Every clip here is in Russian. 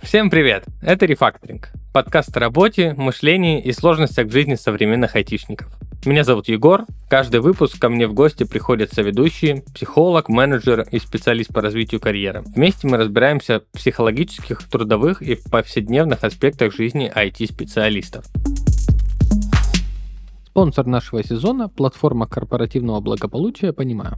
Всем привет! Это Рефакторинг. Подкаст о работе, мышлении и сложностях в жизни современных айтишников. Меня зовут Егор. Каждый выпуск ко мне в гости приходят соведущие, психолог, менеджер и специалист по развитию карьеры. Вместе мы разбираемся в психологических, трудовых и повседневных аспектах жизни IT-специалистов. Спонсор нашего сезона – платформа корпоративного благополучия «Понимаю».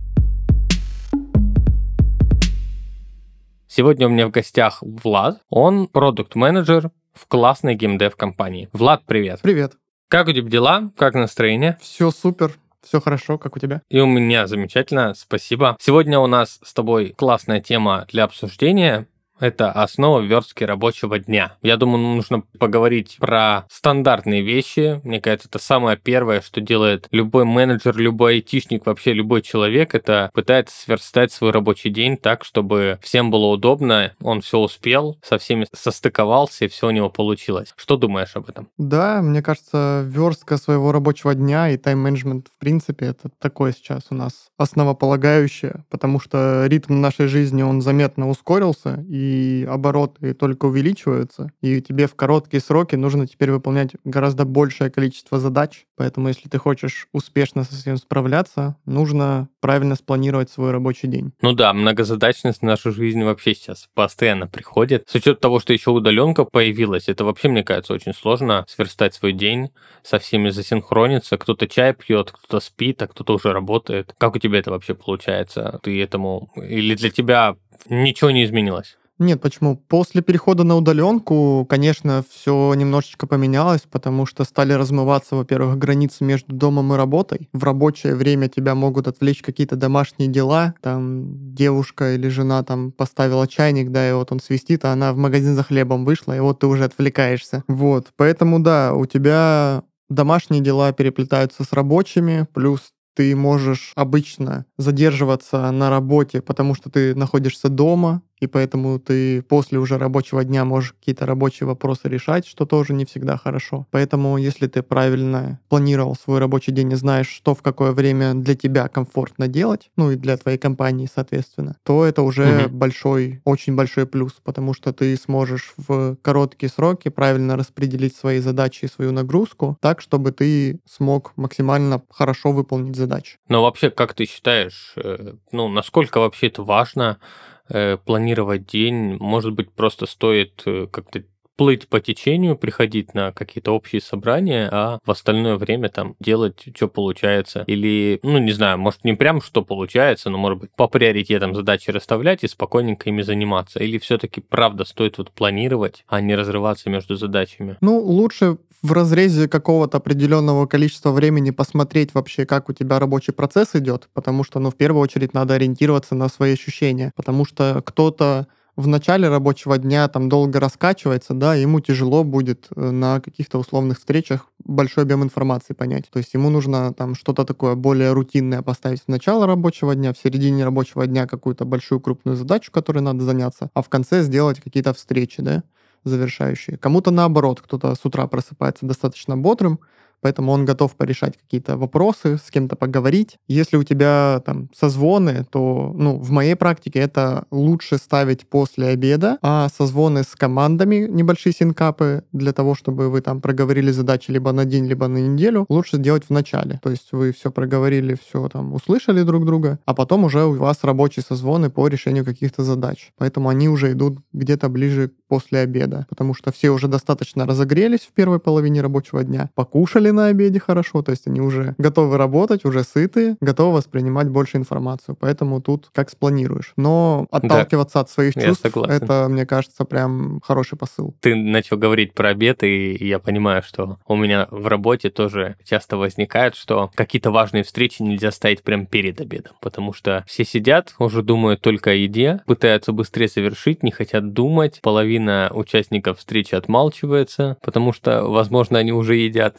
Сегодня у меня в гостях Влад. Он продукт-менеджер в классной геймдев-компании. Влад, привет. Привет. Как у тебя дела? Как настроение? Все супер, все хорошо, как у тебя? И у меня замечательно, спасибо. Сегодня у нас с тобой классная тема для обсуждения. Это основа верстки рабочего дня. Я думаю, нужно поговорить про стандартные вещи. Мне кажется, это самое первое, что делает любой менеджер, любой айтишник, вообще любой человек. Это пытается сверстать свой рабочий день так, чтобы всем было удобно, он все успел, со всеми состыковался и все у него получилось. Что думаешь об этом? Да, мне кажется, верстка своего рабочего дня и тайм-менеджмент, в принципе, это такое сейчас у нас основополагающее, потому что ритм нашей жизни, он заметно ускорился, и обороты только увеличиваются, и тебе в короткие сроки нужно теперь выполнять гораздо большее количество задач. Поэтому, если ты хочешь успешно со всем справляться, нужно правильно спланировать свой рабочий день. Ну да, многозадачность в нашу жизнь вообще сейчас постоянно приходит. С учетом того, что еще удаленка появилась, это вообще, мне кажется, очень сложно сверстать свой день, со всеми засинхрониться. Кто-то чай пьет, кто-то спит, а кто-то уже работает. Как у тебя это вообще получается? Ты этому... Или для тебя ничего не изменилось? Нет, почему? После перехода на удаленку, конечно, все немножечко поменялось, потому что стали размываться, во-первых, границы между домом и работой. В рабочее время тебя могут отвлечь какие-то домашние дела. Там девушка или жена там поставила чайник, да, и вот он свистит, а она в магазин за хлебом вышла, и вот ты уже отвлекаешься. Вот, поэтому да, у тебя домашние дела переплетаются с рабочими, плюс ты можешь обычно задерживаться на работе, потому что ты находишься дома, и поэтому ты после уже рабочего дня можешь какие-то рабочие вопросы решать, что тоже не всегда хорошо. Поэтому, если ты правильно планировал свой рабочий день и знаешь, что в какое время для тебя комфортно делать, ну и для твоей компании, соответственно, то это уже очень большой плюс, потому что ты сможешь в короткие сроки правильно распределить свои задачи и свою нагрузку так, чтобы ты смог максимально хорошо выполнить задачи. Но вообще, как ты считаешь, насколько вообще это важно планировать день? Может быть, просто стоит как-то плыть по течению, приходить на какие-то общие собрания, а в остальное время там делать, что получается. Или, не знаю, может, не прям что получается, но, может быть, по приоритетам задачи расставлять и спокойненько ими заниматься. Или все-таки, правда, стоит планировать, а не разрываться между задачами? Лучше в разрезе какого-то определенного количества времени посмотреть вообще, как у тебя рабочий процесс идет, потому что, в первую очередь, надо ориентироваться на свои ощущения, потому что кто-то в начале рабочего дня там долго раскачивается, да, ему тяжело будет на каких-то условных встречах большой объем информации понять. То есть ему нужно там что-то такое более рутинное поставить в начало рабочего дня, в середине рабочего дня какую-то большую крупную задачу, которой надо заняться, а в конце сделать какие-то встречи, да, завершающие. Кому-то наоборот, кто-то с утра просыпается достаточно бодрым, поэтому он готов порешать какие-то вопросы, с кем-то поговорить. Если у тебя там созвоны, то, в моей практике это лучше ставить после обеда, а созвоны с командами, небольшие синкапы, для того, чтобы вы там проговорили задачи либо на день, либо на неделю, лучше делать в начале. То есть вы все проговорили, все там услышали друг друга, а потом уже у вас рабочие созвоны по решению каких-то задач. Поэтому они уже идут где-то ближе после обеда, потому что все уже достаточно разогрелись в первой половине рабочего дня, покушали на обеде хорошо, то есть они уже готовы работать, уже сытые, готовы воспринимать больше информацию. Поэтому тут как спланируешь. Но отталкиваться от своих чувств, это, мне кажется, прям хороший посыл. Ты начал говорить про обед, и я понимаю, что у меня в работе тоже часто возникает, что какие-то важные встречи нельзя ставить прям перед обедом, потому что все сидят, уже думают только о еде, пытаются быстрее завершить, не хотят думать, половина участников встречи отмалчивается, потому что, возможно, они уже едят.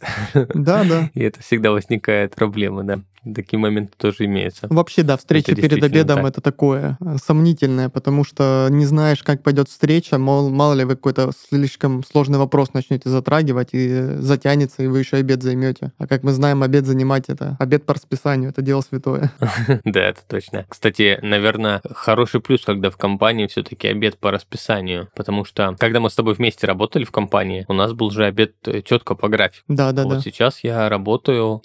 Да. И это всегда возникает проблема, да. Такие моменты тоже имеются. Вообще, да, встреча Это перед действительно обедом так. это такое сомнительное, потому что не знаешь, как пойдет встреча, мало ли вы какой-то слишком сложный вопрос начнете затрагивать и затянется, и вы еще обед займете. А как мы знаем, обед занимать это обед по расписанию, это дело святое. Да, это точно. Кстати, наверное, хороший плюс, когда в компании все-таки обед по расписанию, потому что когда мы с тобой вместе работали в компании, у нас был же обед четко по графику. Да. Вот сейчас я работаю,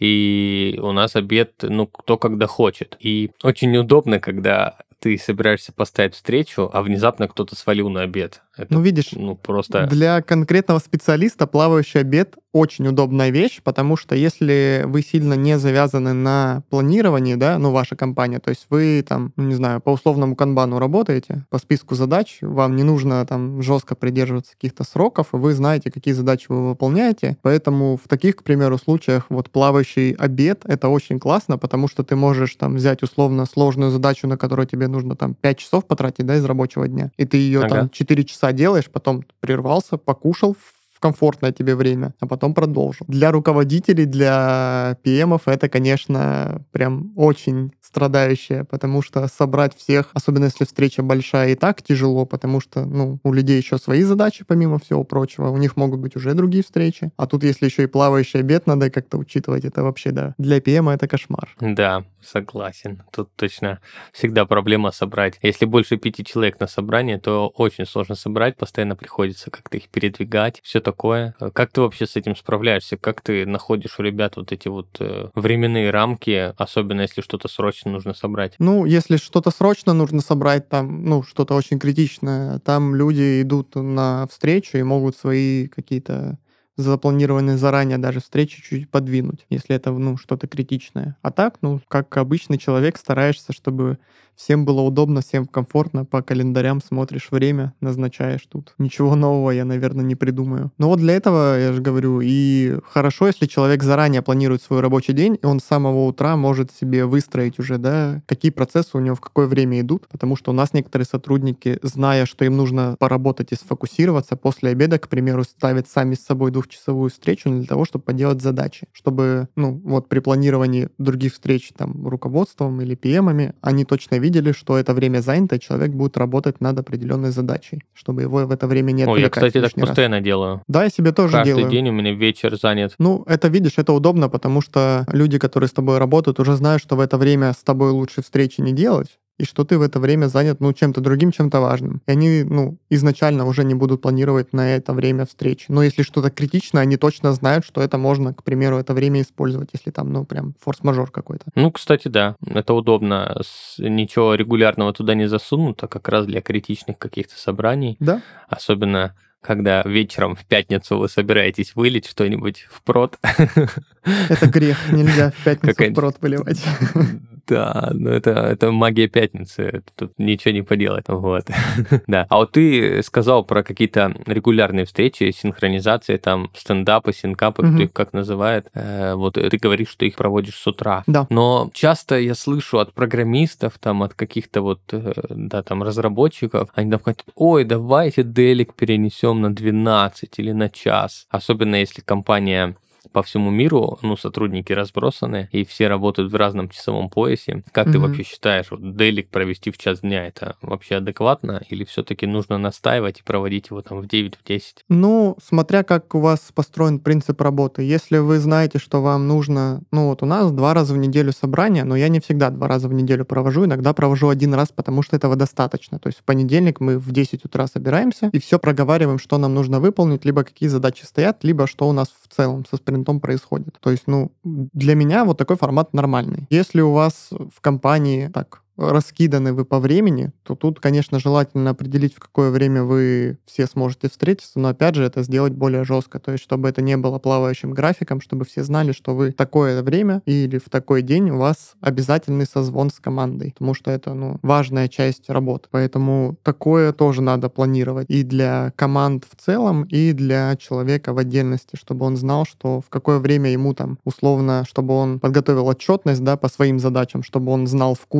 и у нас обед, кто когда хочет. И очень неудобно, когда ты собираешься поставить встречу, а внезапно кто-то свалил на обед. Это, видишь, просто... Для конкретного специалиста плавающий обед очень удобная вещь, потому что если вы сильно не завязаны на планировании, да, ваша компания, то есть вы там, не знаю, по условному канбану работаете, по списку задач, вам не нужно там жестко придерживаться каких-то сроков, и вы знаете, какие задачи вы выполняете, поэтому в таких, к примеру, случаях вот плавающий обед — это очень классно, потому что ты можешь там взять условно сложную задачу, на которую тебе нужно там 5 часов потратить, да, из рабочего дня, и ты ее там 4 часа делаешь, потом прервался, покушал в комфортное тебе время, а потом продолжил. Для руководителей, для ПМов это, конечно, прям очень страдающее, потому что собрать всех, особенно если встреча большая, и так тяжело, потому что, у людей еще свои задачи, помимо всего прочего, у них могут быть уже другие встречи, а тут, если еще и плавающий обед надо как-то учитывать, это вообще, да, для ПМа это кошмар. Да, согласен. Тут точно всегда проблема собрать. Если больше 5 человек на собрание, то очень сложно собрать, постоянно приходится как-то их передвигать, все такое. Как ты вообще с этим справляешься? Как ты находишь у ребят вот эти вот временные рамки, особенно если что-то срочно нужно собрать? Если что-то срочно нужно собрать, там, что-то очень критичное, там люди идут на встречу и могут свои какие-то запланированные заранее даже встречи чуть подвинуть, если это, что-то критичное. А так, как обычный человек, стараешься, чтобы всем было удобно, всем комфортно, по календарям смотришь время, назначаешь тут. Ничего нового я, наверное, не придумаю. Но вот для этого, я же говорю, и хорошо, если человек заранее планирует свой рабочий день, и он с самого утра может себе выстроить уже, да, какие процессы у него в какое время идут, потому что у нас некоторые сотрудники, зная, что им нужно поработать и сфокусироваться, после обеда, к примеру, ставят сами с собой двухчасовую встречу для того, чтобы поделать задачи, чтобы, при планировании других встреч там руководством или ПМами, они точно видели, что это время занято, и человек будет работать над определенной задачей, чтобы его в это время не отвлекать. Я, кстати, так лишний раз. постоянно делаю. Да, я себе тоже делаю. Каждый день у меня вечер занят. Это, видишь, это удобно, потому что люди, которые с тобой работают, уже знают, что в это время с тобой лучше встречи не делать, и что ты в это время занят, чем-то другим, чем-то важным. И они, изначально уже не будут планировать на это время встречи. Но если что-то критичное, они точно знают, что это можно, к примеру, это время использовать, если там, прям форс-мажор какой-то. Кстати, да, это удобно. Ничего регулярного туда не засунуто, как раз для критичных каких-то собраний. Да. Особенно когда вечером в пятницу вы собираетесь вылить что-нибудь в прод. Это грех, нельзя в пятницу в прод выливать. Да, это магия пятницы, тут ничего не поделать. Вот. Да. А вот ты сказал про какие-то регулярные встречи, синхронизации, там, стендапы, синкапы, кто их как называет. Вот ты говоришь, что их проводишь с утра. Да. Но часто я слышу от программистов, там, от каких-то разработчиков, они там говорят, ой, давайте делик перенесем на 12 или на час. Особенно если компания по всему миру, сотрудники разбросаны, и все работают в разном часовом поясе. Как ты вообще считаешь, делик провести в час дня, это вообще адекватно? Или все-таки нужно настаивать и проводить его там в 9, в 10? Смотря как у вас построен принцип работы. Если вы знаете, что вам нужно... у нас 2 раза в неделю собрание, но я не всегда 2 раза в неделю провожу, иногда провожу 1 раз, потому что этого достаточно. То есть в понедельник мы в 10 утра собираемся и все проговариваем, что нам нужно выполнить, либо какие задачи стоят, либо что у нас в целом со спринтом происходит. То есть, для меня вот такой формат нормальный. Если у вас в компании раскиданы вы по времени, то тут, конечно, желательно определить, в какое время вы все сможете встретиться, но, опять же, это сделать более жестко, то есть, чтобы это не было плавающим графиком, чтобы все знали, что вы в такое время или в такой день у вас обязательный созвон с командой, потому что это, важная часть работы. Поэтому такое тоже надо планировать и для команд в целом, и для человека в отдельности, чтобы он знал, что в какое время ему там, условно, чтобы он подготовил отчетность, да, по своим задачам, чтобы он знал в курсе,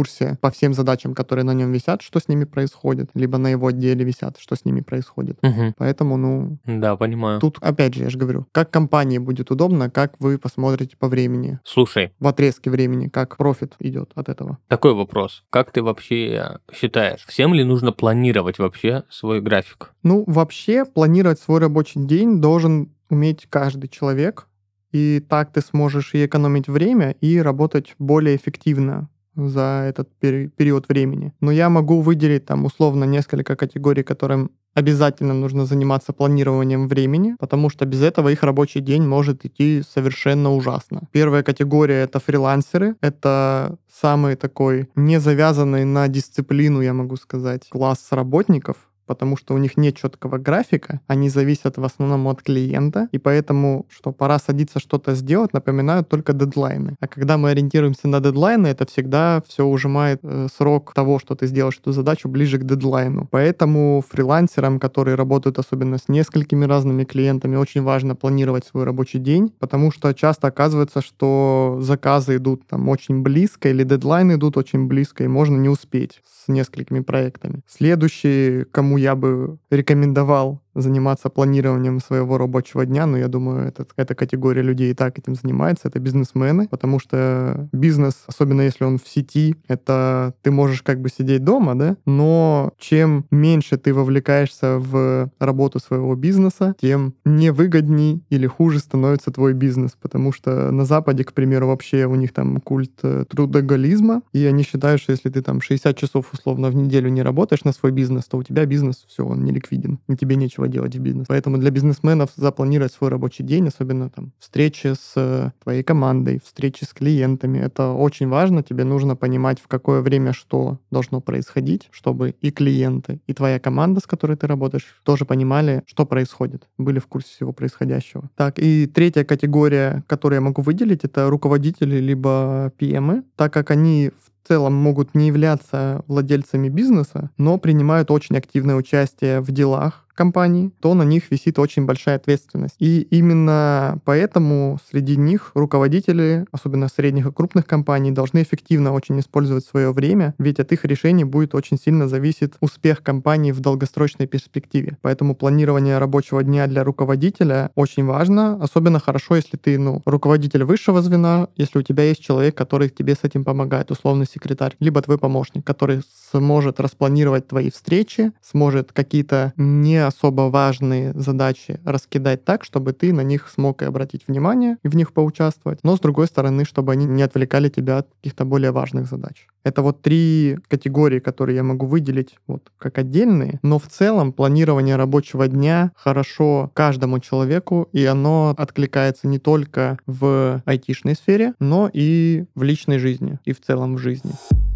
по всем задачам, которые на нем висят, что с ними происходит, либо на его отделе висят, что с ними происходит. Поэтому, Да, понимаю. тут, опять же, я же говорю, как компании будет удобно, как вы посмотрите по времени. Слушай, В отрезке времени, как профит идет от этого. такой вопрос. Как ты вообще считаешь, всем ли нужно планировать вообще свой график? Вообще, планировать свой рабочий день должен уметь каждый человек, и так ты сможешь и экономить время, и работать более эффективно за этот период времени. Но я могу выделить там условно несколько категорий, которым обязательно нужно заниматься планированием времени, потому что без этого их рабочий день может идти совершенно ужасно. Первая категория — это фрилансеры. Это самый такой не завязанный на дисциплину, я могу сказать, класс работников, потому что у них нет четкого графика, они зависят в основном от клиента, и поэтому, что пора садиться что-то сделать, напоминают только дедлайны. А когда мы ориентируемся на дедлайны, это всегда все ужимает срок того, что ты сделаешь эту задачу, ближе к дедлайну. Поэтому фрилансерам, которые работают особенно с несколькими разными клиентами, очень важно планировать свой рабочий день, потому что часто оказывается, что заказы идут там очень близко, или дедлайны идут очень близко, и можно не успеть с несколькими проектами. Следующий, кому я бы рекомендовал заниматься планированием своего рабочего дня, но я думаю, эта категория людей и так этим занимается, это бизнесмены, потому что бизнес, особенно если он в сети, это ты можешь как бы сидеть дома, да, но чем меньше ты вовлекаешься в работу своего бизнеса, тем невыгодней или хуже становится твой бизнес, потому что на Западе, к примеру, вообще у них там культ трудоголизма, и они считают, что если ты там 60 часов условно в неделю не работаешь на свой бизнес, то у тебя бизнес, все, он не ликвиден, и тебе нечего делать в бизнесе. Поэтому для бизнесменов запланировать свой рабочий день, особенно там встречи с твоей командой, встречи с клиентами, это очень важно. Тебе нужно понимать, в какое время что должно происходить, чтобы и клиенты, и твоя команда, с которой ты работаешь, тоже понимали, что происходит, были в курсе всего происходящего. Так, и третья категория, которую я могу выделить, это руководители либо PM, так как они в целом могут не являться владельцами бизнеса, но принимают очень активное участие в делах компании, то на них висит очень большая ответственность. И именно поэтому среди них руководители, особенно средних и крупных компаний, должны эффективно очень использовать свое время, ведь от их решений будет очень сильно зависеть успех компании в долгосрочной перспективе. Поэтому планирование рабочего дня для руководителя очень важно, особенно хорошо, если ты, руководитель высшего звена, если у тебя есть человек, который тебе с этим помогает, условный секретарь, либо твой помощник, который сможет распланировать твои встречи, сможет какие-то не особо важные задачи раскидать так, чтобы ты на них смог и обратить внимание, и в них поучаствовать, но с другой стороны, чтобы они не отвлекали тебя от каких-то более важных задач. Это вот 3 категории, которые я могу выделить как отдельные, но в целом планирование рабочего дня хорошо каждому человеку, и оно откликается не только в айтишной сфере, но и в личной жизни, и в целом в жизни.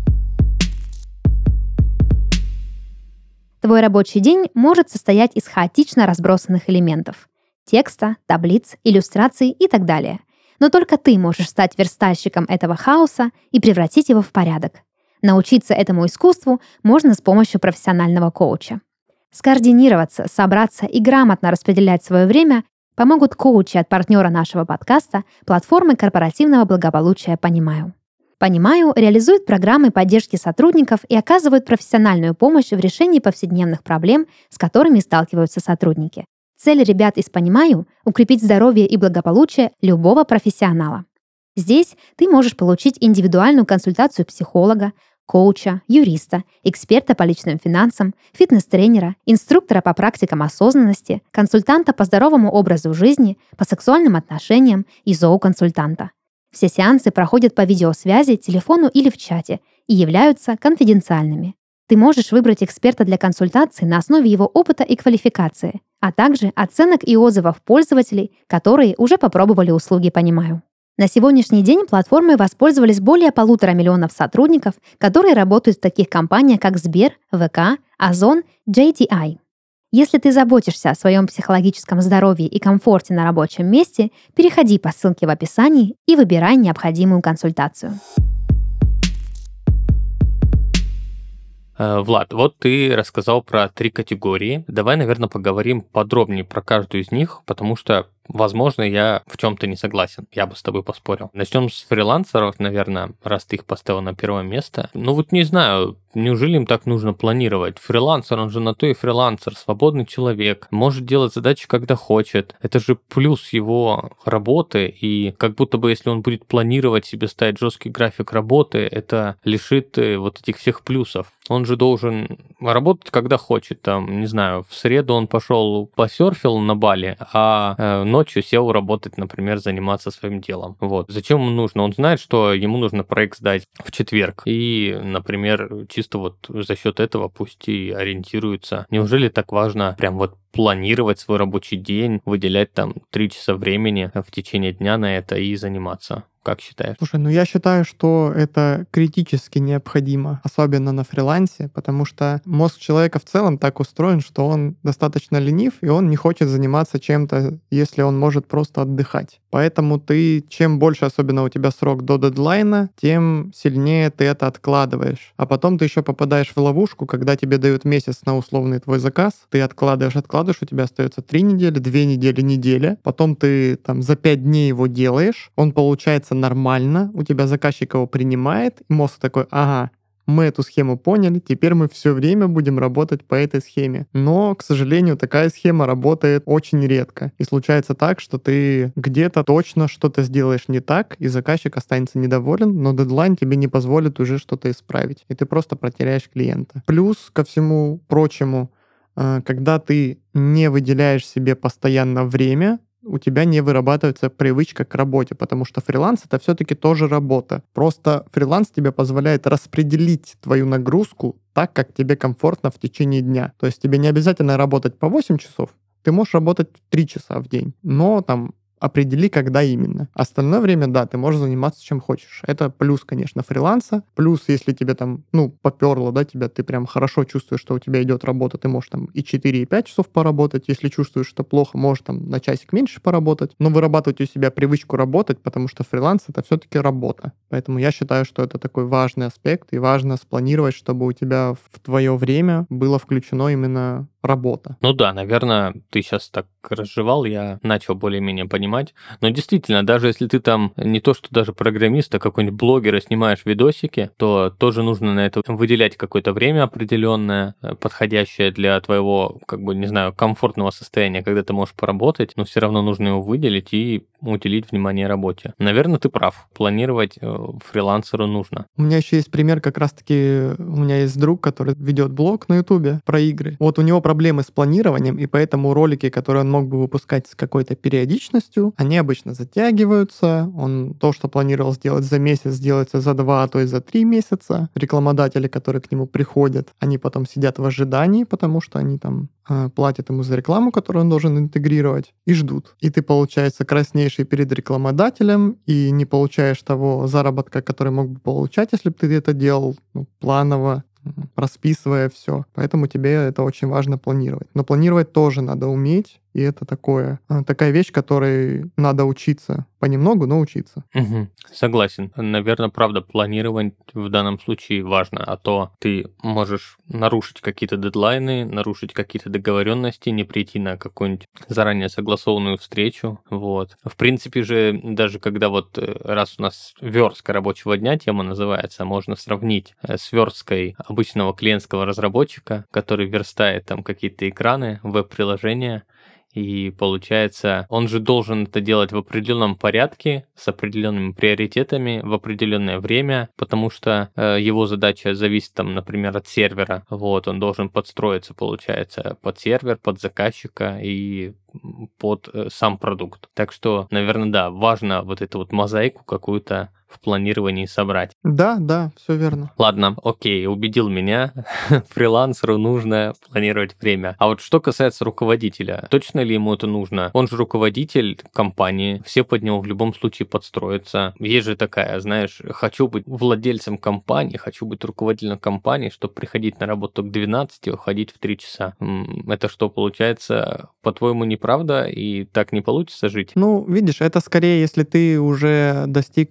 Твой рабочий день может состоять из хаотично разбросанных элементов — текста, таблиц, иллюстраций и так далее. Но только ты можешь стать верстальщиком этого хаоса и превратить его в порядок. Научиться этому искусству можно с помощью профессионального коуча. Скоординироваться, собраться и грамотно распределять свое время помогут коучи от партнера нашего подкаста, платформы корпоративного благополучия «Понимаю». «Понимаю» реализует программы поддержки сотрудников и оказывает профессиональную помощь в решении повседневных проблем, с которыми сталкиваются сотрудники. Цель ребят из «Понимаю» — укрепить здоровье и благополучие любого профессионала. Здесь ты можешь получить индивидуальную консультацию психолога, коуча, юриста, эксперта по личным финансам, фитнес-тренера, инструктора по практикам осознанности, консультанта по здоровому образу жизни, по сексуальным отношениям и зооконсультанта. Все сеансы проходят по видеосвязи, телефону или в чате и являются конфиденциальными. Ты можешь выбрать эксперта для консультации на основе его опыта и квалификации, а также оценок и отзывов пользователей, которые уже попробовали услуги «Понимаю». На сегодняшний день платформой воспользовались более 1,5 миллиона сотрудников, которые работают в таких компаниях, как Сбер, ВК, Озон, JTI. Если ты заботишься о своем психологическом здоровье и комфорте на рабочем месте, переходи по ссылке в описании и выбирай необходимую консультацию. Влад, вот ты рассказал про 3 категории. Давай, наверное, поговорим подробнее про каждую из них, потому что возможно, я в чем-то не согласен. Я бы с тобой поспорил. Начнем с фрилансеров, наверное, раз ты их поставил на первое место. Ну вот не знаю, неужели им так нужно планировать? Фрилансер, он же на то и фрилансер, свободный человек, может делать задачи, когда хочет. Это же плюс его работы, и как будто бы, если он будет планировать себе, ставить жесткий график работы, это лишит вот этих всех плюсов. Он же должен работать, когда хочет. Там, не знаю, в среду он пошел посерфил на Бали, а ночью сел работать, например, заниматься своим делом. Вот. Зачем ему нужно? Он знает, что ему нужно проект сдать в четверг. И, например, чисто вот за счет этого пусть и ориентируется. Неужели так важно прям вот планировать свой рабочий день, выделять там 3 часа времени в течение дня на это и заниматься? Как считаешь? Слушай, ну я считаю, что это критически необходимо, особенно на фрилансе, потому что мозг человека в целом так устроен, что он достаточно ленив, и он не хочет заниматься чем-то, если он может просто отдыхать. Поэтому ты, чем больше, особенно у тебя срок до дедлайна, тем сильнее ты это откладываешь. А потом ты еще попадаешь в ловушку, когда тебе дают месяц на условный твой заказ, ты откладываешь, у тебя остается 3 недели, 2 недели, неделя, потом ты там за 5 дней его делаешь, он получается нормально, у тебя заказчик его принимает, и мозг такой, ага, мы эту схему поняли, теперь мы все время будем работать по этой схеме. Но, к сожалению, такая схема работает очень редко. И случается так, что ты где-то точно что-то сделаешь не так, и заказчик останется недоволен, но дедлайн тебе не позволит уже что-то исправить. И ты просто потеряешь клиента. Плюс ко всему прочему, когда ты не выделяешь себе постоянно время, у тебя не вырабатывается привычка к работе, потому что фриланс — это все-таки тоже работа. Просто фриланс тебе позволяет распределить твою нагрузку так, как тебе комфортно в течение дня. То есть тебе не обязательно работать по 8 часов, ты можешь работать 3 часа в день, но там определи, когда именно. Остальное время, да, ты можешь заниматься чем хочешь. Это плюс, конечно, фриланса. Плюс, если тебе там, поперло, да, ты прям хорошо чувствуешь, что у тебя идет работа, ты можешь там и 4, и 5 часов поработать. Если чувствуешь, что плохо, можешь там на часик меньше поработать. Но вырабатывать у себя привычку работать, потому что фриланс — это все-таки работа. Поэтому я считаю, что это такой важный аспект, и важно спланировать, чтобы у тебя в твое время было включено именно работа. Ну да, наверное, ты сейчас так разжевал, я начал более-менее понимать. Но действительно, даже если ты там не то, что даже программист, а какой-нибудь блогер и снимаешь видосики, то тоже нужно на это выделять какое-то время определенное, подходящее для твоего, комфортного состояния, когда ты можешь поработать, но все равно нужно его выделить и уделить внимание работе. Наверное, ты прав. Планировать фрилансеру нужно. У меня еще есть пример, как раз-таки у меня есть друг, который ведет блог на Ютубе про игры. Вот у него проблемы с планированием, и поэтому ролики, которые он мог бы выпускать с какой-то периодичностью, они обычно затягиваются. Он то, что планировал сделать за месяц, делается за 2, а то и за 3 месяца. Рекламодатели, которые к нему приходят, они потом сидят в ожидании, потому что они там платят ему за рекламу, которую он должен интегрировать, и ждут. И ты, получается, краснейший перед рекламодателем, и не получаешь того заработка, который мог бы получать, если бы ты это делал планово, расписывая все. Поэтому тебе это очень важно планировать. Но планировать тоже надо уметь, и это такая вещь, которой надо учиться. Понемногу, но учиться. Угу. Согласен. Наверное, правда, планировать в данном случае важно, а то ты можешь нарушить какие-то дедлайны, нарушить какие-то договоренности, не прийти на какую-нибудь заранее согласованную встречу. Вот. В принципе же, даже когда раз у нас верстка рабочего дня тема называется, можно сравнить с версткой обычного клиентского разработчика, который верстает там какие-то экраны, веб-приложения. И получается, он же должен это делать в определенном порядке, с определенными приоритетами, в определенное время, потому что его задача зависит, например, от сервера. Вот, он должен подстроиться, получается, под сервер, под заказчика и под сам продукт. Так что, наверное, да, важно эту мозаику какую-то в планировании собрать. Да, все верно. Ладно, окей, убедил меня. Фрилансеру нужно планировать время. А что касается руководителя, точно ли ему это нужно? Он же руководитель компании, все под него в любом случае подстроятся. Есть же такая, знаешь, хочу быть владельцем компании, хочу быть руководителем компании, чтобы приходить на работу к 12, уходить в 3 часа. Это что, получается, по-твоему, неправда и так не получится жить? Видишь, это скорее, если ты уже достиг какого-то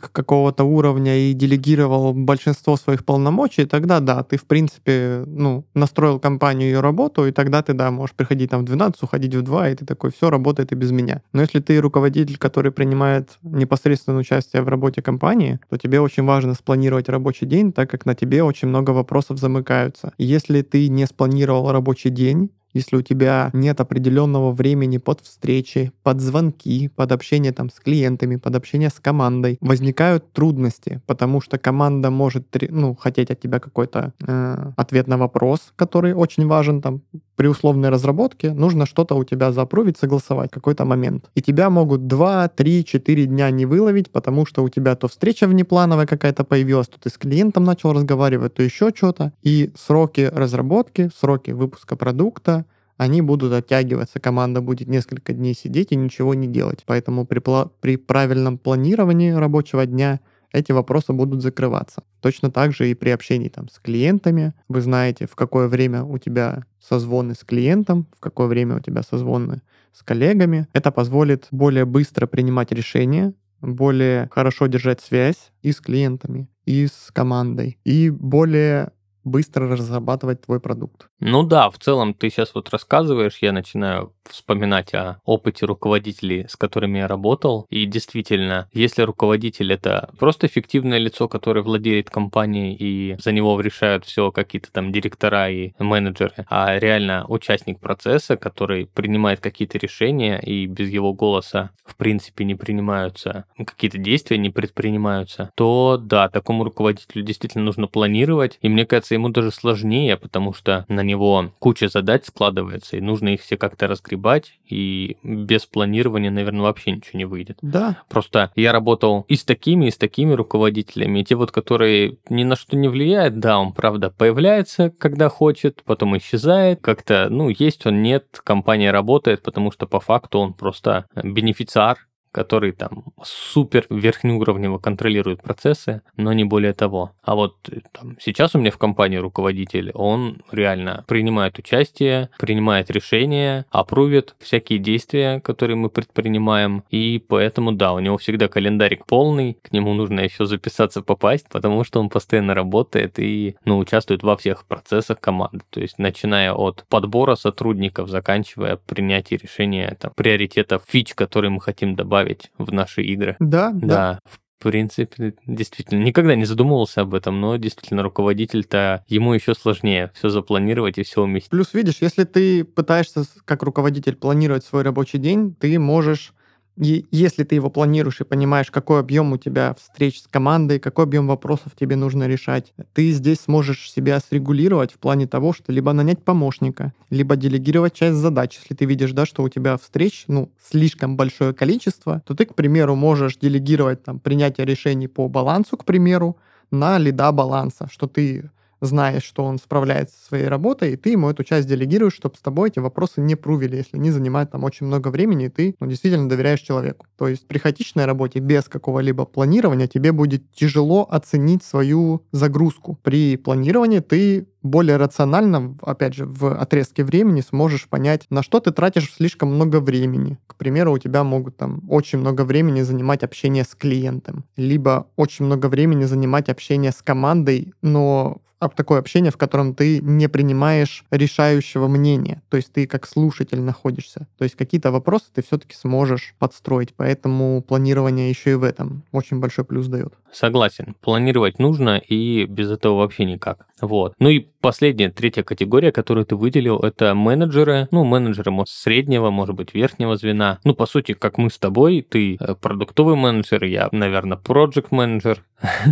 какого-то уровня и делегировал большинство своих полномочий, тогда да, ты, в принципе, настроил компанию, ее работу, и тогда ты, да, можешь приходить там в 12, уходить в 2, и ты такой, все, работает и без меня. Но если ты руководитель, который принимает непосредственное участие в работе компании, то тебе очень важно спланировать рабочий день, так как на тебе очень много вопросов замыкаются. И если ты не спланировал рабочий день, если у тебя нет определенного времени под встречи, под звонки, под общение там с клиентами, под общение с командой, возникают трудности, потому что команда может хотеть от тебя какой-то ответ на вопрос, который очень важен там при условной разработке, нужно что-то у тебя заапрувить, согласовать в какой-то момент. И тебя могут 2, 3, 4 дня не выловить, потому что у тебя то встреча внеплановая какая-то появилась, то ты с клиентом начал разговаривать, то еще что-то. И сроки разработки, сроки выпуска продукта, они будут оттягиваться, команда будет несколько дней сидеть и ничего не делать. Поэтому при правильном планировании рабочего дня эти вопросы будут закрываться. Точно так же и при общении там с клиентами. Вы знаете, в какое время у тебя созвоны с клиентом, в какое время у тебя созвоны с коллегами. Это позволит более быстро принимать решения, более хорошо держать связь и с клиентами, и с командой, и более быстро разрабатывать твой продукт. Ну да, в целом ты сейчас вот рассказываешь, я начинаю вспоминать о опыте руководителей, с которыми я работал. И действительно, если руководитель — это просто эффективное лицо, которое владеет компанией, и за него решают все какие-то там директора и менеджеры, а реально участник процесса, который принимает какие-то решения, и без его голоса в принципе не принимаются, какие-то действия не предпринимаются, то да, такому руководителю действительно нужно планировать. И мне кажется, ему даже сложнее, потому что на него куча задач складывается, и нужно их все как-то разгребать, и без планирования, наверное, вообще ничего не выйдет. Да. Просто я работал и с такими руководителями, и те вот, которые ни на что не влияют, да, он, правда, появляется, когда хочет, потом исчезает, как-то, есть он, нет, компания работает, потому что по факту он просто бенефициар, который там супер верхнеуровнево контролирует процессы, но не более того. А вот там, сейчас у меня в компании руководитель, он реально принимает участие, принимает решения, апрувит всякие действия, которые мы предпринимаем, и поэтому, да, у него всегда календарик полный, к нему нужно еще записаться, попасть, потому что он постоянно работает и, участвует во всех процессах команды, то есть начиная от подбора сотрудников, заканчивая принятием решения там, приоритетов, фич, которые мы хотим добавить в наши игры. Да. В принципе, действительно, никогда не задумывался об этом, но действительно руководитель-то, ему еще сложнее все запланировать и все уместить. Плюс, видишь, если ты пытаешься как руководитель планировать свой рабочий день, ты можешь, если ты его планируешь и понимаешь, какой объем у тебя встреч с командой, какой объем вопросов тебе нужно решать, ты здесь сможешь себя срегулировать в плане того, что либо нанять помощника, либо делегировать часть задач. Если ты видишь, да, что у тебя встреч, слишком большое количество, то ты, к примеру, можешь делегировать там принятие решений по балансу, к примеру, на лида баланса, что ты знаешь, что он справляется со своей работой, и ты ему эту часть делегируешь, чтобы с тобой эти вопросы не прувили, если они занимают там очень много времени, и ты действительно доверяешь человеку. То есть при хаотичной работе без какого-либо планирования тебе будет тяжело оценить свою загрузку. При планировании ты более рационально, опять же, в отрезке времени сможешь понять, на что ты тратишь слишком много времени. К примеру, у тебя могут там очень много времени занимать общение с клиентом, либо очень много времени занимать общение с командой, но такое общение, в котором ты не принимаешь решающего мнения. То есть ты как слушатель находишься. То есть какие-то вопросы ты все-таки сможешь подстроить. Поэтому планирование еще и в этом очень большой плюс дает. Согласен. Планировать нужно, и без этого вообще никак. Вот. Ну и последняя, третья категория, которую ты выделил, это менеджеры. Менеджеры, может, среднего, может быть, верхнего звена. По сути, как мы с тобой, ты продуктовый менеджер, я, наверное, проект-менеджер.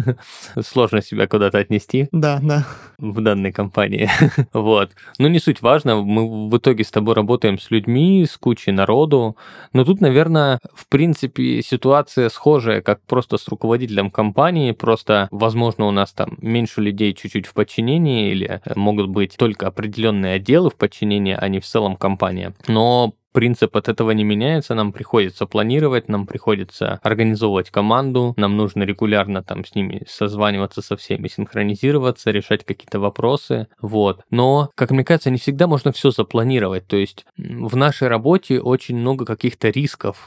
Сложно себя куда-то отнести. Да. В данной компании. Вот. Не суть важно, мы в итоге с тобой работаем с людьми, с кучей народу. Но тут, наверное, в принципе, ситуация схожая, как просто с руководителем компании. Просто, возможно, у нас там меньше людей чуть-чуть в подчинении, или могут быть только определенные отделы в подчинении, а не в целом компания. Но принцип от этого не меняется, нам приходится планировать, нам приходится организовывать команду, нам нужно регулярно там с ними созваниваться со всеми, синхронизироваться, решать какие-то вопросы, вот. Но, как мне кажется, не всегда можно все запланировать, то есть в нашей работе очень много каких-то рисков,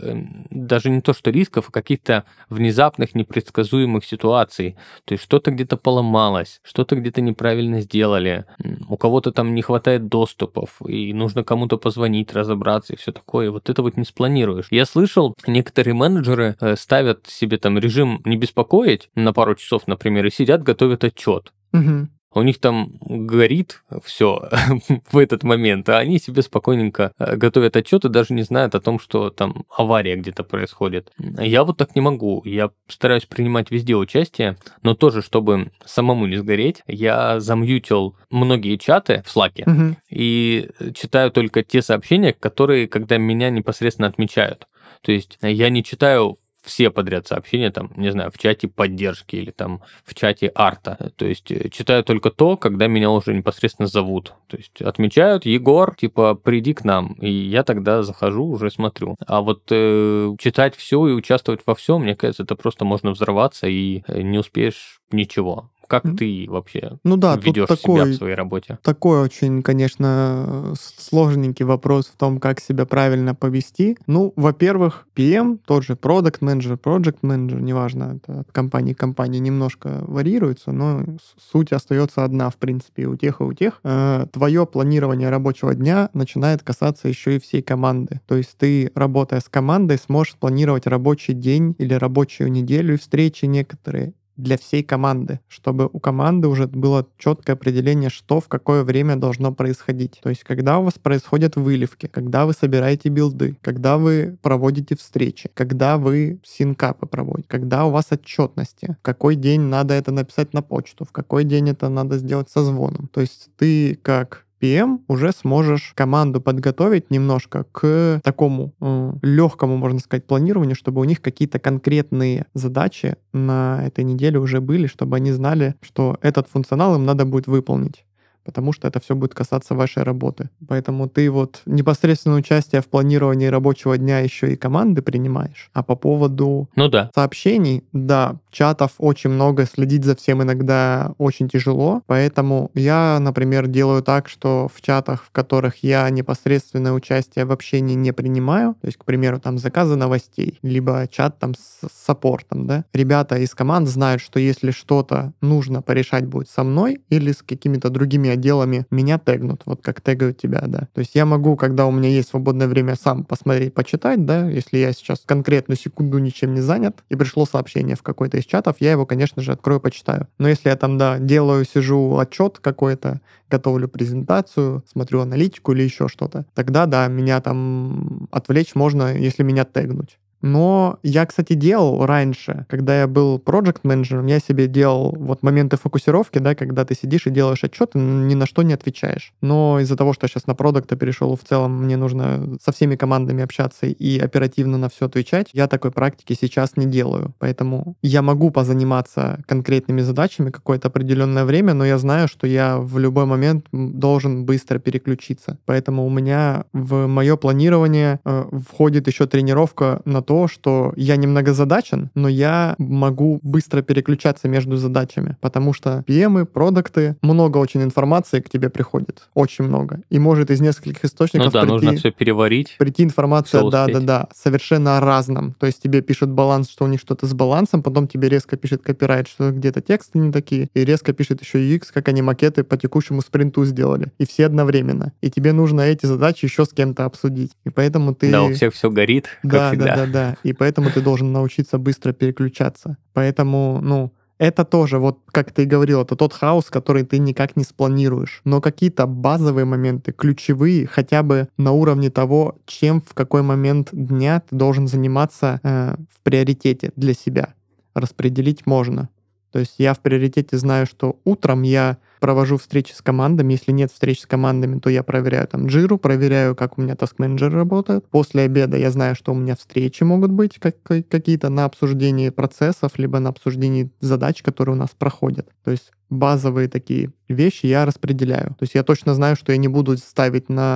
даже не то, что рисков, а каких-то внезапных, непредсказуемых ситуаций, то есть что-то где-то поломалось, что-то где-то неправильно сделали, у кого-то там не хватает доступов, и нужно кому-то позвонить, разобраться и все такое. Вот это вот не спланируешь. Я слышал, некоторые менеджеры ставят себе там режим не беспокоить на пару часов, например, и сидят, готовят отчет. Мгм. У них там горит все в этот момент, а они себе спокойненько готовят отчеты, даже не знают о том, что там авария где-то происходит. Я вот так не могу. Я стараюсь принимать везде участие, но тоже, чтобы самому не сгореть, я замьютил многие чаты в Slack Мгм. и читаю только те сообщения, которые, когда меня непосредственно отмечают. То есть я не читаю все подряд сообщения, там, не знаю, в чате поддержки или там в чате арта. То есть читаю только то, когда меня уже непосредственно зовут. То есть отмечают: Егор, типа, приди к нам. И я тогда захожу, уже смотрю. А вот читать все и участвовать во всем, мне кажется, это просто можно взорваться и не успеешь ничего. Как ты вообще Ну да, тут ведешь себя в такой своей работе? Такой очень, конечно, сложненький вопрос в том, как себя правильно повести. Ну, во-первых, PM, тот же Product Manager, Project Manager, неважно, это от компании к компании немножко варьируется, но суть остается одна, в принципе, и у тех, и у тех. Твое планирование рабочего дня начинает касаться еще и всей команды. То есть ты, работая с командой, сможешь планировать рабочий день или рабочую неделю и встречи некоторые для всей команды, чтобы у команды уже было четкое определение, что в какое время должно происходить. То есть, когда у вас происходят выливки, когда вы собираете билды, когда вы проводите встречи, когда вы синкапы проводите, когда у вас отчетности, в какой день надо это написать на почту, в какой день это надо сделать созвоном. То есть ты как PM уже сможешь команду подготовить немножко к такому легкому, можно сказать, планированию, чтобы у них какие-то конкретные задачи на этой неделе уже были, чтобы они знали, что этот функционал им надо будет выполнить, потому что это все будет касаться вашей работы. Поэтому ты вот непосредственное участие в планировании рабочего дня еще и команды принимаешь. А по поводу сообщений, да, чатов очень много, следить за всем иногда очень тяжело, поэтому я, например, делаю так, что в чатах, в которых я непосредственное участие в общении не принимаю, то есть, к примеру, там заказы новостей, либо чат там с саппортом, да, ребята из команд знают, что если что-то нужно порешать будет со мной или с какими-то другими отделами, меня тегнут, вот как тегают тебя, да. То есть я могу, когда у меня есть свободное время, сам посмотреть, почитать, да, если я сейчас конкретную секунду ничем не занят, и пришло сообщение в какой-то из чатов, я его, конечно же, открою, почитаю. Но если я там, да, делаю, сижу отчет какой-то, готовлю презентацию, смотрю аналитику или еще что-то, тогда, да, меня там отвлечь можно, если меня тегнуть. Но я, кстати, делал раньше, когда я был проект-менеджером, я себе делал вот моменты фокусировки, да, когда ты сидишь и делаешь отчеты, ни на что не отвечаешь. Но из-за того, что я сейчас на продукта перешел, в целом мне нужно со всеми командами общаться и оперативно на все отвечать, я такой практики сейчас не делаю. Поэтому я могу позаниматься конкретными задачами какое-то определенное время, но я знаю, что я в любой момент должен быстро переключиться. Поэтому у меня в мое планирование входит еще тренировка на то, что я немногозадачен, но я могу быстро переключаться между задачами, потому что PM-ы, продукты, много очень информации к тебе приходит, очень много. И может из нескольких источников нужно все переварить. Прийти информация, всё успеть. да, совершенно о разном. То есть тебе пишут баланс, что у них что-то с балансом, потом тебе резко пишет копирайт, что где-то тексты не такие, и резко пишет еще UX, как они макеты по текущему спринту сделали. И все одновременно. И тебе нужно эти задачи еще с кем-то обсудить. И поэтому ты... Да, у всех все горит, как всегда. Да. И поэтому ты должен научиться быстро переключаться. Поэтому, это тоже, вот как ты и говорил, это тот хаос, который ты никак не спланируешь. Но какие-то базовые моменты, ключевые, хотя бы на уровне того, чем в какой момент дня ты должен заниматься в приоритете для себя. Распределить можно. То есть я в приоритете знаю, что утром я провожу встречи с командами. Если нет встреч с командами, то я проверяю там Jira, проверяю, как у меня таскменеджеры работают. После обеда я знаю, что у меня встречи могут быть какие-то на обсуждении процессов, либо на обсуждении задач, которые у нас проходят. То есть базовые такие вещи я распределяю. То есть я точно знаю, что я не буду ставить на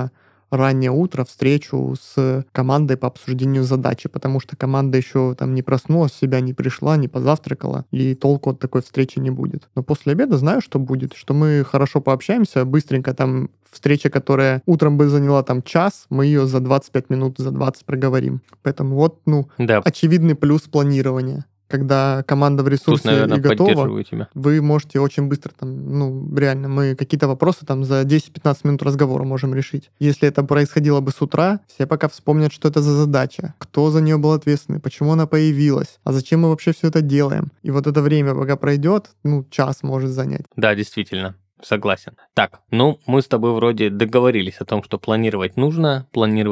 раннее утро встречу с командой по обсуждению задачи, потому что команда еще там не проснулась, в себя не пришла, не позавтракала, и толку от такой встречи не будет. Но после обеда знаю, что будет, что мы хорошо пообщаемся, быстренько там встреча, которая утром бы заняла там час, мы ее за 25 минут, за 20 проговорим. Поэтому вот, Да. очевидный плюс планирования. Когда команда в ресурсе Тут, наверное, и готова, поддерживаю тебя. вы можете очень быстро там, реально, мы какие-то вопросы там за 10-15 минут разговора можем решить. Если это происходило бы с утра, все пока вспомнят, что это за задача, кто за нее был ответственный, почему она появилась, а зачем мы вообще все это делаем. И вот это время, пока пройдет, час может занять. Да, действительно. Согласен. Так, мы с тобой вроде договорились о том, что планировать нужно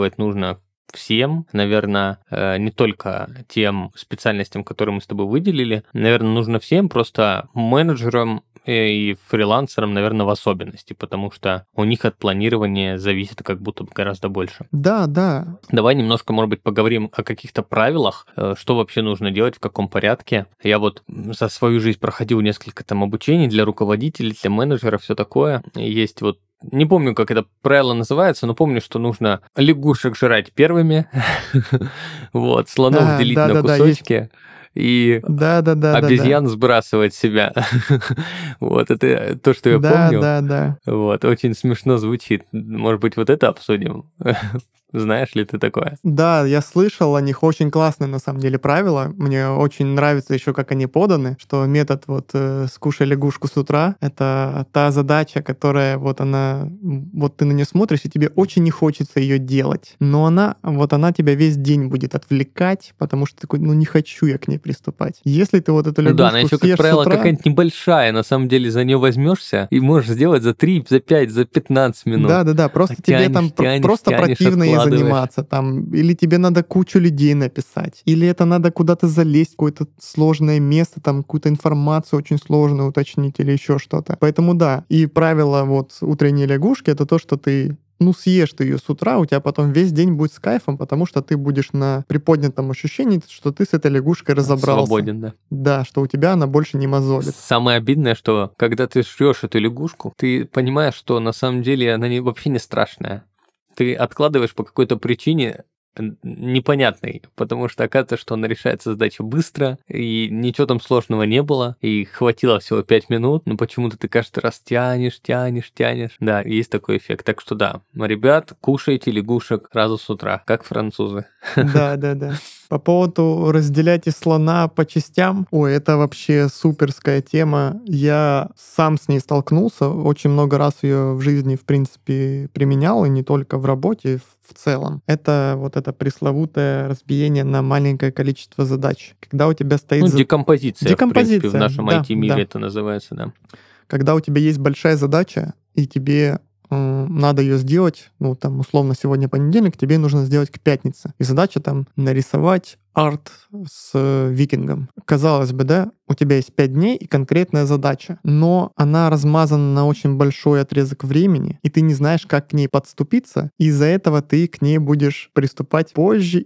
всем, наверное, не только тем специальностям, которые мы с тобой выделили, наверное, нужно всем, просто менеджерам и фрилансерам, наверное, в особенности, потому что у них от планирования зависит как будто бы гораздо больше. Да. Давай немножко, может быть, поговорим о каких-то правилах, что вообще нужно делать, в каком порядке. Я вот за свою жизнь проходил несколько там обучений для руководителей, для менеджеров, все такое. Есть вот не помню, как это правило называется, но помню, что нужно лягушек жрать первыми, вот, слонов делить на кусочки. И обезьян сбрасывать с себя. Вот, это то, что я помню. Да. Вот, очень смешно звучит. Может быть, вот это обсудим? Знаешь ли ты такое? Да, я слышал о них, очень классные на самом деле правила. Мне очень нравится еще, как они поданы, что метод вот «скушай лягушку с утра» — это та задача, которая вот ты на нее смотришь, и тебе очень не хочется ее делать. Но она тебя весь день будет отвлекать, потому что ты такой, не хочу я к ней приступать. Если ты вот эту лягушку да, она еще, как правило, какая-нибудь небольшая, на самом деле за нее возьмешься и можешь сделать за 3, за 5, за 15 минут. Да, просто тебе там просто противно ей заниматься, там, или тебе надо кучу людей написать, или это надо куда-то залезть, в какое-то сложное место, там, какую-то информацию очень сложную уточнить или еще что-то. Поэтому да, и правило вот утренней лягушки — это то, что ты съешь ты ее с утра, у тебя потом весь день будет с кайфом, потому что ты будешь на приподнятом ощущении, что ты с этой лягушкой разобрался. Свободен, да. Да, что у тебя она больше не мозолит. Самое обидное, что когда ты жрешь эту лягушку, ты понимаешь, что на самом деле она вообще не страшная. Ты откладываешь по какой-то причине непонятной, потому что оказывается, что она решается задача быстро, и ничего там сложного не было, и хватило всего 5 минут, но почему-то ты каждый раз тянешь. Да, есть такой эффект. Так что да, ребят, кушайте лягушек сразу с утра, как французы. Да. По поводу разделять слона по частям, это вообще суперская тема. Я сам с ней столкнулся, очень много раз ее в жизни, в принципе, применял, и не только в работе, в целом. Это вот это пресловутое разбиение на маленькое количество задач. Когда у тебя стоит... Декомпозиция, в принципе, в нашем IT-мире это называется, да. Когда у тебя есть большая задача, и тебе надо ее сделать, условно, сегодня понедельник, тебе нужно сделать к пятнице. И задача там нарисовать арт с викингом. Казалось бы, да, у тебя есть 5 дней и конкретная задача, но она размазана на очень большой отрезок времени, и ты не знаешь, как к ней подступиться, и из-за этого ты к ней будешь приступать позже,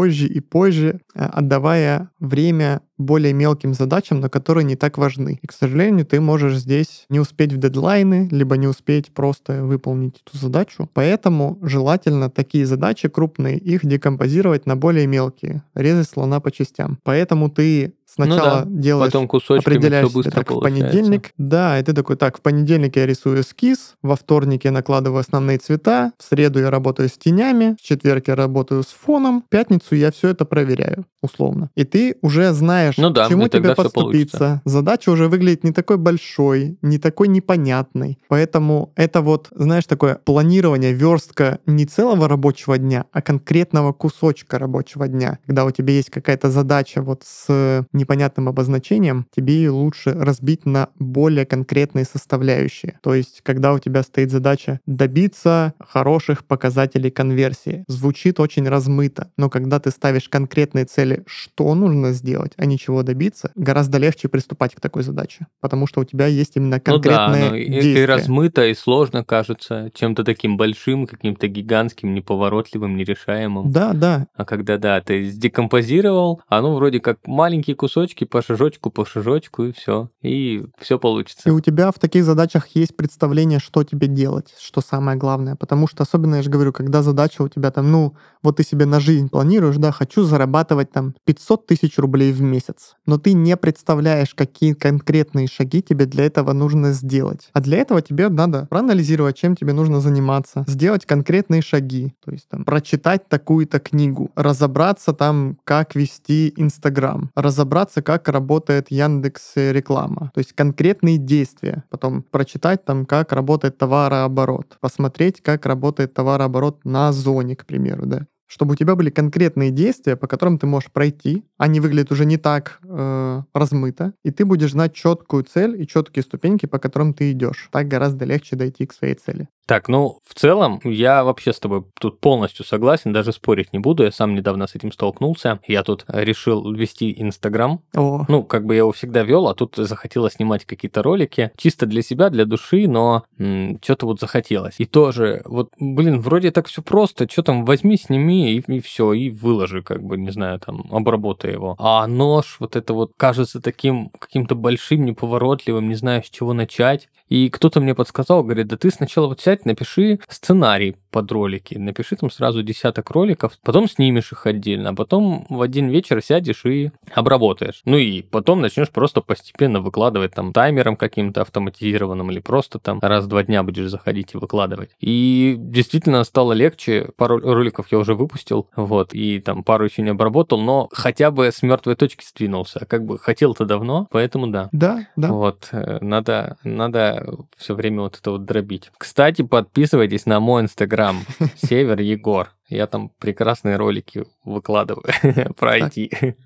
отдавая время более мелким задачам, но которые не так важны. И, к сожалению, ты можешь здесь не успеть в дедлайны, либо не успеть просто выполнить эту задачу. Поэтому желательно такие задачи крупные, их декомпозировать на более мелкие, резать слона по частям. Поэтому ты сначала делаешь, потом определяешь быстро так, в понедельник. Да, и ты такой, в понедельник я рисую эскиз, во вторник я накладываю основные цвета, в среду я работаю с тенями, в четверг я работаю с фоном, в пятницу я все это проверяю, условно. И ты уже знаешь, к чему тебе подступиться. Задача уже выглядит не такой большой, не такой непонятной. Поэтому это вот, знаешь, такое планирование, верстка не целого рабочего дня, а конкретного кусочка рабочего дня. Когда у тебя есть какая-то задача вот с непонятным обозначением, тебе ее лучше разбить на более конкретные составляющие. То есть, когда у тебя стоит задача добиться хороших показателей конверсии, звучит очень размыто, но когда ты ставишь конкретные цели, что нужно сделать, а не чего добиться, гораздо легче приступать к такой задаче, потому что у тебя есть именно конкретные действия. И размыто, и сложно кажется чем-то таким большим, каким-то гигантским, неповоротливым, нерешаемым. Да. А когда, ты декомпозировал, оно вроде как маленький кусочек кусочки по шажочку, и все. И все И получится. у тебя в таких задачах есть представление, что тебе делать, что самое главное. Потому что особенно, я же говорю, когда задача у тебя там, ну, вот ты себе на жизнь планируешь, да, хочу зарабатывать там 500 тысяч рублей в месяц. Но ты не представляешь, какие конкретные шаги тебе для этого нужно сделать. А для этого тебе надо проанализировать, чем тебе нужно заниматься, сделать конкретные шаги. То есть там прочитать такую-то книгу, разобраться там, как вести Инстаграм, разобраться, как работает Яндекс.Реклама. То есть конкретные действия. Потом прочитать там, как работает товарооборот. Посмотреть, как работает товарооборот на Озоне, к примеру, да. Чтобы у тебя были конкретные действия, по которым ты можешь пройти, они выглядят уже не так размыто, и ты будешь знать четкую цель и четкие ступеньки, по которым ты идешь. Так гораздо легче дойти к своей цели. Так, ну, в целом, я вообще с тобой тут полностью согласен, даже спорить не буду, я сам недавно с этим столкнулся. Я тут решил вести Инстаграм. О, Ну, как бы я его всегда вел, а тут захотелось снимать какие-то ролики, чисто для себя, для души, но что-то вот захотелось. И тоже, вот, блин, вроде так все просто, что там, возьми, сними, и все, и выложи, как бы, не знаю, там, обработай его. А нож, вот это вот, кажется таким каким-то большим, неповоротливым, не знаю, с чего начать. И кто-то мне подсказал, говорит, да ты сначала вот сядь, напиши сценарий под ролики, напиши там сразу 10 роликов, потом снимешь их отдельно, а потом в один вечер сядешь и обработаешь. Ну и потом начнешь просто постепенно выкладывать там таймером каким-то автоматизированным или просто там раз в 2 дня будешь заходить и выкладывать. И действительно стало легче, пару роликов я уже выпустил, вот, и там пару еще не обработал, но хотя бы с мертвой точки сдвинулся, как бы хотел-то давно, поэтому да. да. Вот, надо все время вот это вот дробить. Кстати, подписывайтесь на мой Инстаграм, Север Егор. Я там прекрасные ролики выкладываю про IT.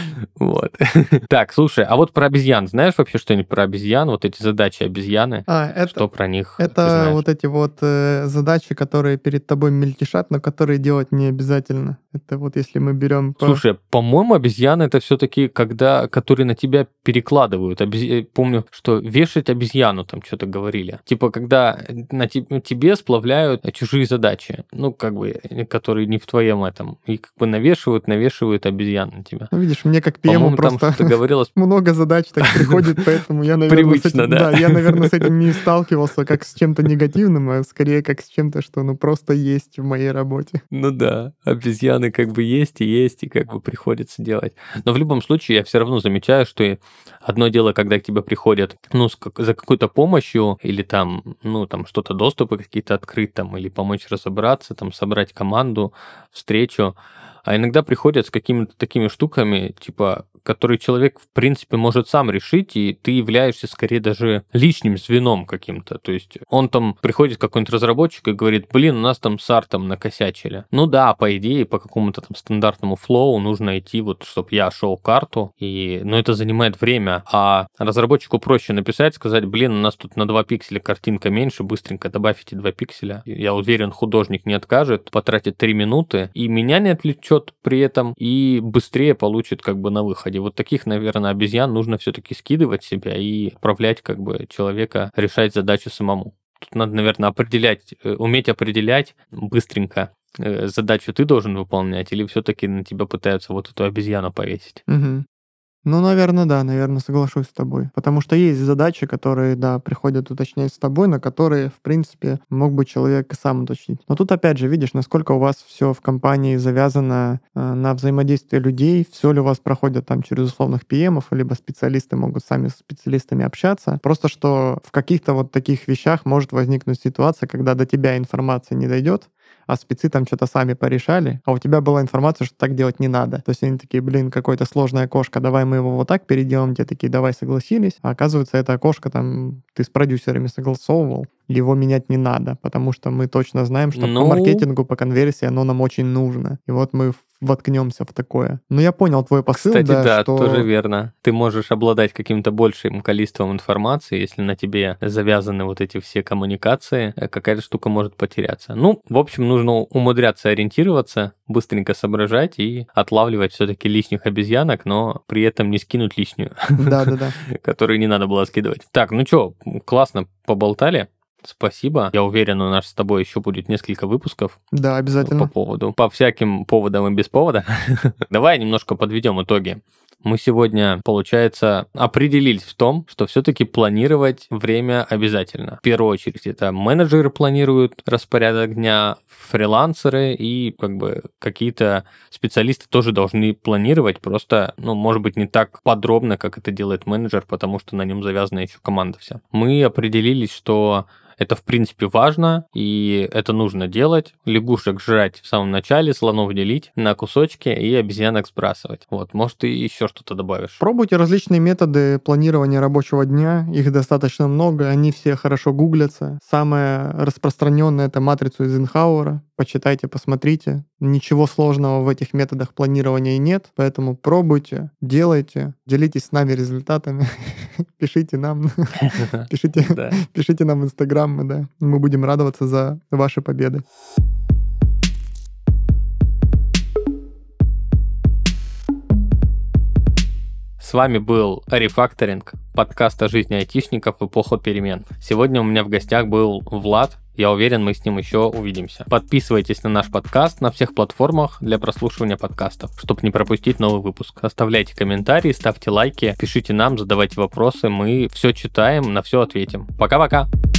Вот. Так, слушай, а вот про обезьян. Знаешь вообще что-нибудь про обезьян? Вот эти задачи обезьяны? Что про них ты Это знаешь? вот эти вот задачи, которые перед тобой мельтешат, но которые делать не обязательно. Это вот если мы берем... Слушай, по-моему, обезьяны это все-таки которые на тебя перекладывают. Помню, что вешать обезьяну там что-то говорили. Типа, когда на тебе сплавляют чужие задачи. Ну, как бы, которые не в твоем этом. И как бы навешивают обезьян на тебя. Ну, видишь, мне как ПМу По-моему, там просто что-то говорилось. много задач так приходит, поэтому я, наверное, Привычно, да? я, наверное, с этим не сталкивался как с чем-то негативным, а скорее как с чем-то, что ну просто есть в моей работе. Ну да, обезьяны как бы есть, и как бы приходится делать. Но в любом случае я все равно замечаю, что одно дело, когда к тебе приходят, ну, за какой-то помощью, или там, ну, там что-то, доступы какие-то открыть, там, или помочь разобраться, там, собрать команду, встречу. А иногда приходят с какими-то такими штуками, типа, которые человек, в принципе, может сам решить, и ты являешься скорее даже лишним звеном каким-то. То есть он там приходит какой-нибудь разработчик и говорит, блин, у нас там с артом накосячили. Ну да, по идее, по какому-то там стандартному флоу нужно идти, вот, чтобы я шел карту, но это занимает время. А разработчику проще написать, сказать, блин, у нас тут на 2 пикселя картинка меньше, быстренько добавь эти 2 пикселя. Я уверен, художник не откажет, потратит 3 минуты, и меня не отвлечет при этом, и быстрее получит как бы на выходе. Вот таких, наверное, обезьян нужно все-таки скидывать себя и отправлять как бы человека решать задачу самому. Тут надо, наверное, уметь определять быстренько, задачу ты должен выполнять, или все-таки на тебя пытаются вот эту обезьяну повесить. Угу. Ну, наверное, да, наверное, соглашусь с тобой. Потому что есть задачи, которые, да, приходят уточнять с тобой, на которые, в принципе, мог бы человек и сам уточнить. Но тут, опять же, видишь, насколько у вас все в компании завязано на взаимодействие людей, все ли у вас проходит там через условных ПМов, либо специалисты могут сами с специалистами общаться. Просто что в каких-то вот таких вещах может возникнуть ситуация, когда до тебя информация не дойдет, а спецы там что-то сами порешали, а у тебя была информация, что так делать не надо. То есть они такие, блин, какое-то сложное окошко, давай мы его вот так переделаем, те такие, давай, согласились. А оказывается, это окошко там ты с продюсерами согласовывал, его менять не надо, потому что мы точно знаем, что по маркетингу, по конверсии оно нам очень нужно. И вот мы воткнемся в такое. Но я понял твой посыл, Кстати, да, что... тоже верно. Ты можешь обладать каким-то большим количеством информации, если на тебе завязаны вот эти все коммуникации, какая-то штука может потеряться. Ну, в общем, нужно умудряться ориентироваться, быстренько соображать и отлавливать все-таки лишних обезьянок, но при этом не скинуть лишнюю, которую не надо было скидывать. Так, ну что, классно поболтали. Спасибо. Я уверен, у нас с тобой еще будет несколько выпусков. Да, обязательно. По всяким поводам и без повода. Давай немножко подведем итоги. Мы сегодня, получается, определились в том, что все-таки планировать время обязательно. В первую очередь это менеджеры планируют распорядок дня, фрилансеры и какие-то специалисты тоже должны планировать, просто, может быть, не так подробно, как это делает менеджер, потому что на нем завязана еще команда вся. Мы определились, что это, в принципе, важно, и это нужно делать. Лягушек жрать в самом начале, слонов делить на кусочки и обезьянок сбрасывать. Может, ты еще что-то добавишь? Пробуйте различные методы планирования рабочего дня. Их достаточно много, они все хорошо гуглятся. Самое распространенное — это матрицу Эйзенхауэра. Почитайте, посмотрите. Ничего сложного в этих методах планирования нет, поэтому пробуйте, делайте, делитесь с нами результатами, пишите нам, пишите нам в Инстаграм, да. Мы будем радоваться за ваши победы. С вами был Рефакторинг, подкаст о жизни айтишников в эпоху перемен. Сегодня у меня в гостях был Влад. Я уверен, мы с ним еще увидимся. Подписывайтесь на наш подкаст на всех платформах для прослушивания подкастов, чтобы не пропустить новый выпуск. Оставляйте комментарии, ставьте лайки, пишите нам, задавайте вопросы. Мы все читаем, на все ответим. Пока-пока!